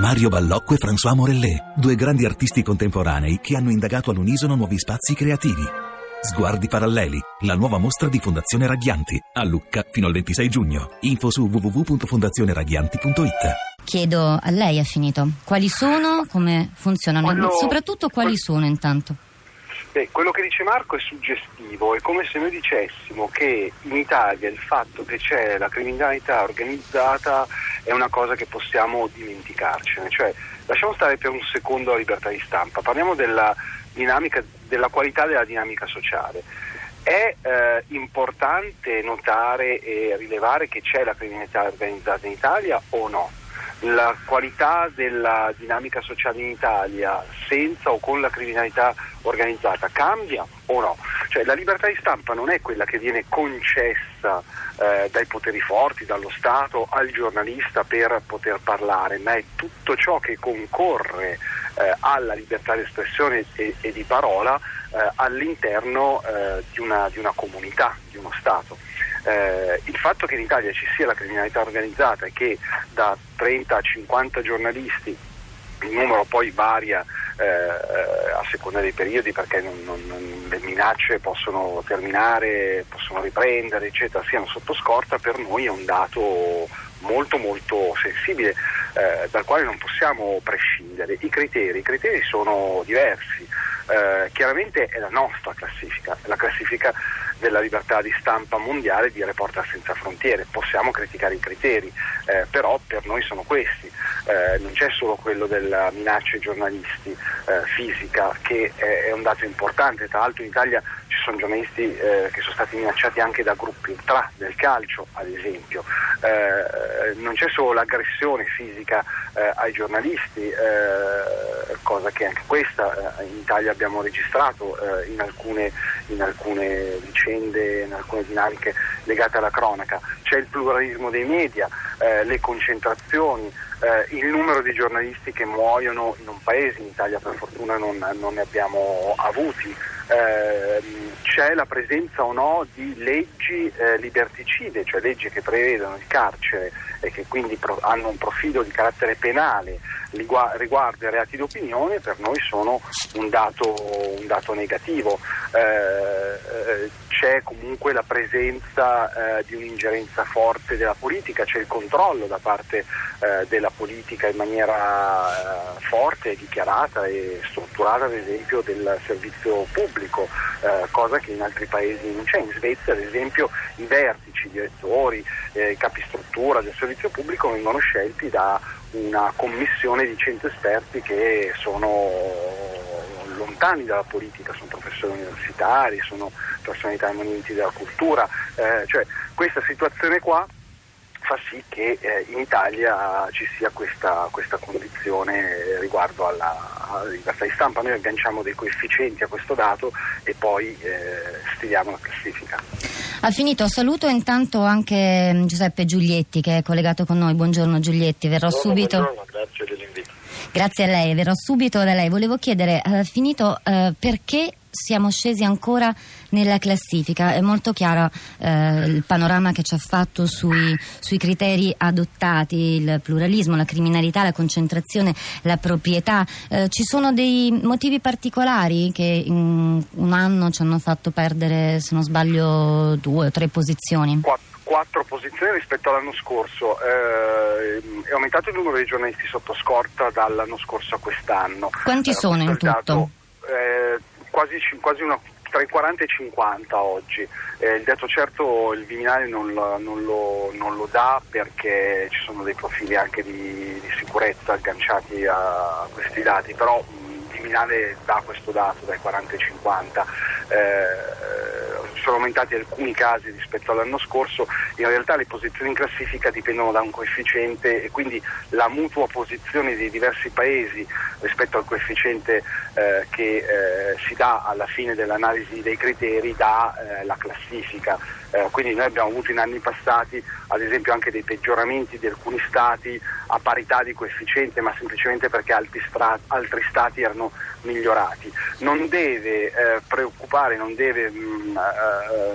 Mario Ballocco e François Morellet, due grandi artisti contemporanei che hanno indagato all'unisono nuovi spazi creativi. Sguardi paralleli, la nuova mostra di Fondazione Raghianti, a Lucca fino al 26 giugno. Info su www.fondazioneraghianti.it. Chiedo a lei, è finito, quali sono, come funzionano, soprattutto quali sono intanto? Quello che dice Marco è suggestivo, è come se noi dicessimo che in Italia il fatto che c'è la criminalità organizzata è una cosa che possiamo dimenticarcene, cioè lasciamo stare per un secondo la libertà di stampa, parliamo della dinamica, della qualità della dinamica sociale. È importante notare e rilevare che c'è la criminalità organizzata in Italia o no? La qualità della dinamica sociale in Italia senza o con la criminalità organizzata cambia o no? Cioè la libertà di stampa non è quella che viene concessa dai poteri forti, dallo Stato al giornalista per poter parlare, ma è tutto ciò che concorre alla libertà di espressione e di parola all'interno di una comunità, di uno Stato. Il fatto che in Italia ci sia la criminalità organizzata e che da 30 a 50 giornalisti, il numero poi varia a seconda dei periodi perché le minacce possono terminare, possono riprendere eccetera, siano sotto scorta, per noi è un dato molto molto sensibile dal quale non possiamo prescindere. I criteri sono diversi, chiaramente è la nostra classifica, la classifica della libertà di stampa mondiale di Reporter Senza Frontiere. Possiamo criticare i criteri, però per noi sono questi. Non c'è solo quello della minaccia ai giornalisti fisica, che è un dato importante. Tra l'altro in Italia ci sono giornalisti che sono stati minacciati anche da gruppi ultra del calcio, ad esempio. Non c'è solo l'aggressione fisica ai giornalisti, cosa che anche questa in Italia abbiamo registrato in alcune vicende, in alcune dinamiche legate alla cronaca. C'è il pluralismo dei media, le concentrazioni, il numero di giornalisti che muoiono in un paese. In Italia per fortuna non ne abbiamo avuti. C'è la presenza o no di leggi liberticide, cioè leggi che prevedono il carcere e che quindi hanno un profilo di carattere penale riguardo ai reati d'opinione. Per noi sono un dato negativo. C'è comunque la presenza di un'ingerenza forte della politica, c'è il controllo da parte della politica in maniera forte, dichiarata e strutturata, ad esempio del servizio pubblico, cosa che in altri paesi non c'è. In Svezia, ad esempio, i vertici, i direttori, i capistruttura del servizio pubblico vengono scelti da una commissione di 100 esperti che sono lontani dalla politica, sono professori universitari, sono personalità eminenti della cultura, cioè questa situazione qua fa sì che in Italia ci sia questa condizione riguardo alla libertà di stampa. Noi agganciamo dei coefficienti a questo dato e poi stiliamo la classifica. Ha finito, saluto intanto anche Giuseppe Giulietti che è collegato con noi. Buongiorno Giulietti, verrò subito. Buongiorno, grazie dell'invito. Grazie a lei, verrò subito da lei. Volevo chiedere, finito, perché siamo scesi ancora nella classifica? È molto chiaro il panorama che ci ha fatto sui criteri adottati, il pluralismo, la criminalità, la concentrazione, la proprietà. Ci sono dei motivi particolari che in un anno ci hanno fatto perdere, se non sbaglio, 2 o 3 posizioni? 4 posizioni rispetto all'anno scorso. È aumentato il numero dei giornalisti sotto scorta dall'anno scorso a quest'anno. Quanti sono in tutto? Quasi tra i 40 e i 50 oggi. Il dato certo il Viminale non lo dà perché ci sono dei profili anche di sicurezza agganciati a questi dati, però il Viminale dà questo dato dai 40 ai 50. Sono aumentati alcuni casi rispetto all'anno scorso. In realtà le posizioni in classifica dipendono da un coefficiente e quindi la mutua posizione dei diversi paesi rispetto al coefficiente che si dà alla fine dell'analisi dei criteri dà la classifica. Quindi noi abbiamo avuto in anni passati ad esempio anche dei peggioramenti di alcuni stati a parità di coefficiente, ma semplicemente perché altri stati erano migliorati. Non deve preoccupare, non deve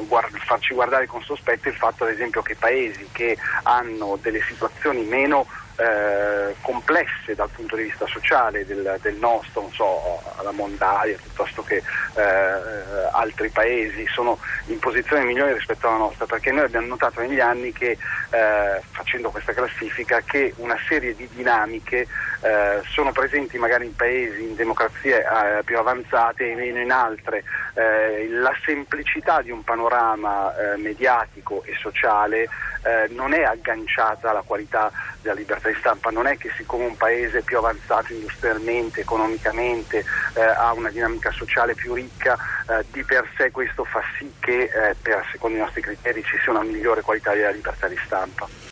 farci guardare con sospetto il fatto ad esempio che paesi che hanno delle situazioni meno complesse dal punto di vista sociale del nostro, non so, alla Moldavia piuttosto che altri paesi sono in posizione migliore rispetto alla nostra, perché noi abbiamo notato negli anni che facendo questa classifica che una serie di dinamiche sono presenti magari in paesi, in democrazie più avanzate e meno in altre. La semplicità di un panorama mediatico e sociale non è agganciata alla qualità della libertà di stampa, non è che siccome un paese più avanzato industrialmente, economicamente, ha una dinamica sociale più ricca, di per sé questo fa sì che secondo i nostri criteri ci sia una migliore qualità della libertà di stampa.